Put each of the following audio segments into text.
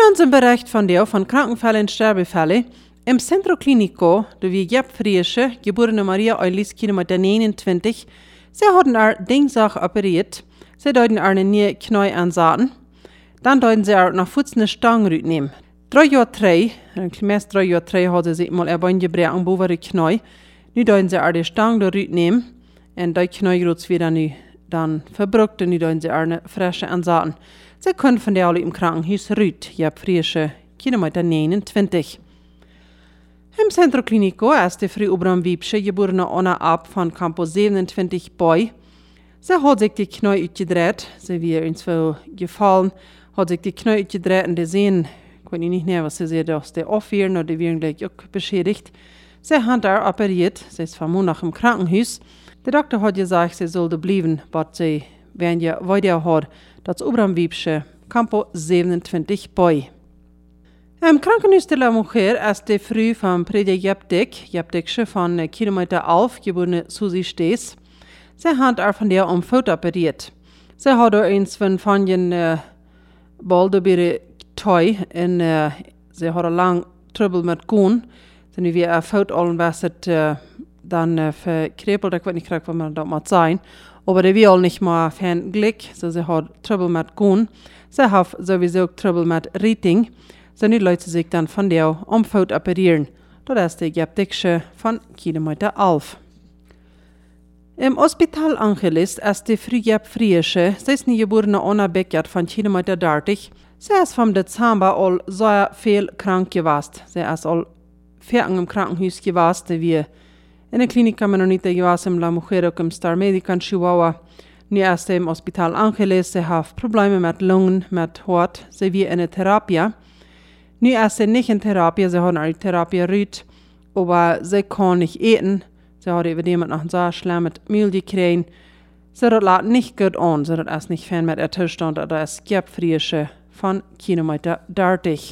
Dann zum Bericht von der von Krankenfällen und Sterbefällen. Im Centro Clinico, da wir Frische, geborene Maria Eulis, Kilometer 29, sie hatten Dingsach operiert. Sie deuten eine neue Knie ansaten. Dann deuten sie nach Fuß eine Stange nehmen. 3 Jahre 3, ein kleines 3 Jahre 3 haben sie mal erbeingebrechen an Bovere Knie. Nu deuten sie die Stange nehmen. Und die Knie wieder dann verbrückt und nu deuten sie eine frische ansaten. Sie können von der alle im Krankenhaus Rüt, Frische, Kilometer 29. Im Centro Clinico ist die Frau Obram Wiebsche, geborene Anna Ab von Campo 27 Boy. Sie hat sich die Knie uitgedreht, sie wäre ins Fall gefallen, hat sich die Knie uitgedreht und die sehen, ich weiß nicht mehr, was sie sehen, dass die aufhören oder die werden gleich auch beschädigt. Sie hat operiert, sie ist 2 Monate im Krankenhaus. Der Doktor hat gesagt, sie sollte bleiben, aber sie werden ja weiter hat, das Obram Wiebsche, Campo 27 Boy. Im Krankenhaus de la Mujer ist die Frau von Preda Jeptik von Kilometer 11, geborene Susi Stees. Sie hat von der Foto operiert. Sie hat eins von den Balde bei der Toi und sie hat lang Trouble mit Gehen. Dann wir ein Foto allen besset dann verkrepelt, ich weiß nicht, was man da mal sein. Aber die will nicht mal von Glück, so sie hat Trouble mit Gehen. Sie hat sowieso Trouble mit Reading. So nicht Leute sich dann von der Foto operieren. Das ist die Jeptik von Kilometer 11. Im Hospital Angelis ist die Früh Frische, sie ist eine geborene Anna Beckert von Kilometer 30. Sie ist vom Dezember all so viel krank gewesen. Sie ist all 4 im Krankenhaus gewesen, wie in der Klinik kann man noch nicht gewesen, im La Mujer und im Star Medica in Chihuahua. Nu ist sie im Hospital Angelis, sie hat Probleme mit Lungen, mit Hort, sie wie in der Therapie. Nu ist sie nicht in Therapie, sie hat eine Therapie rüt, aber sie kann nicht essen. Sie hat über jemand noch so schlimm mit Müll gekriegt. Sie hat nicht gut an, sie hat nicht fan mit der Zustand, oder es gibt Frische von Kilometer 30.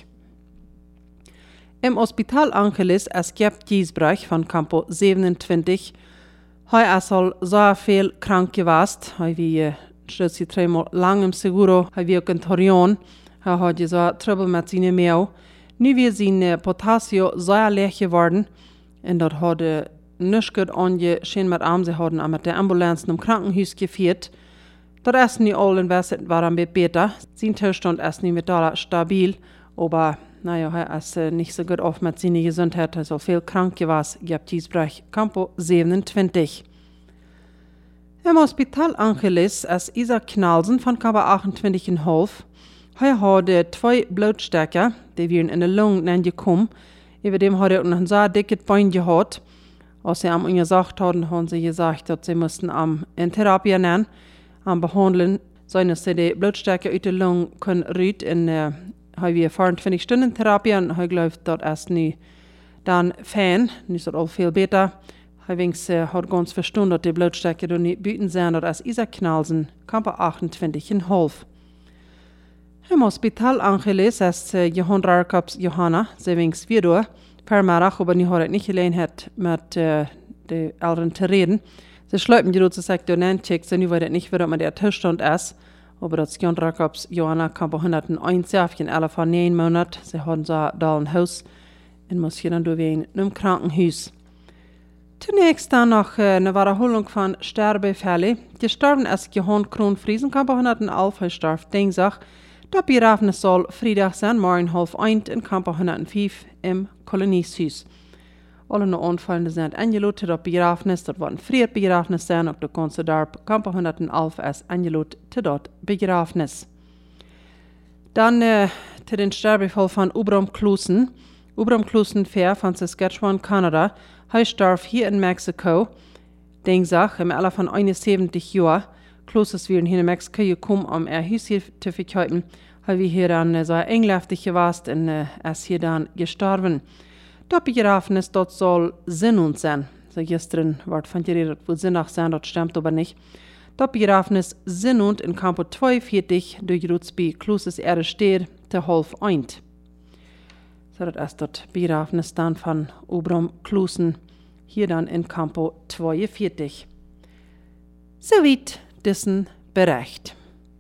Im Hospital Angelis es gibt Giesbrecht von Campo 27. Hij ist so viel krank gewesen. Hij wie stützt 3 Mal lang im Seguro. Hij wie auch in Torion. Hij hat so Trouble mit seinen Mehl. Nu wir seine Potassio so leer geworden. Und dort hat nicht gut angeschehen mit Arm. Sie haben mit der Ambulanz im Krankenhaus geführt. Dort ist nicht all investiert, war ein bisschen besser. Sein Zustand ist nicht mehr stabil. Aber naja, er ist nicht so gut auf mit seiner Gesundheit. Er ist auch viel krank gewesen. Gibt Giesbrecht, Campo 27. Im Hospital Angelis ist Isaac Knalsen von Campo 28,5. Er hat 2 Blutstärker, die werden in der Lunge gekommen. Über dem hat er noch ein sehr dickes Bein gehabt. Als sie ihm gesagt haben sie gesagt, dass sie mussten in Therapie nehmen, behandeln, so dass sie die Blutstärke aus der Lunge können rüt. Und haben wir 24 Stunden Therapie und ich glaube, das ist nicht dann Fan, nicht so viel besser. Ich hat ganz verstanden, dass die Blutstärke nicht bieten sind, das ist Isaac Knalsen, Campo 28,5. Im Hospital Angelis ist Johann Rarkaps Johanna, sie winkt wieder per Marach, aber nicht hat nicht allein mit den Eltern zu reden. Sie schleipen die Rotze Sektor nachcheck, sie nicht weiß nicht, wer mit der Zustand ist. Aber das Johann Rarkaps Johanna kam bei 101 Jahre, in 11 von 9 Monaten. Sie haben so da ein Haus und muss hier dann durch im Krankenhaus. Zunächst dann noch eine Wiederholung von Sterbefällen. Gestorben ist Johann Kronfriesen, kam bei 111, er starb Dienstag. Das Begräbnis soll Freitag sein, morgen 12:30 in Campo 105 im Kolonieshuis. Alle noch Anfallende sind eingeladen zu das Begräbnis, das wird ein Friedbegräbnis sein, und der ganze Dorf Campo 111 ist eingeladen zu das Begräbnis. Dann zu den Sterbefall von Obram Klusen. Obram Klusen Fair von Saskatchewan, Kanada. Er starb hier in Mexiko. Dienstag im Alter von 71 Jahren. Kloses werden hier in Mexiko gekommen, um Haus hier zu verkaufen. Er wie hier dann so englaftig gewesen und ist hier dann gestorben. Das Begräbnis dort soll Sinnund sein. So gestern wird von geredet, wo Sinnach sein, das stimmt aber nicht. Das Begräbnis Sinnund in Campo 42 durch Rutzby Kloses Erde steht, zu 12:30. So, das ist das Begräbnis dann von Obram Klusen, hier dann in Campo 42. Soweit diesen Bericht.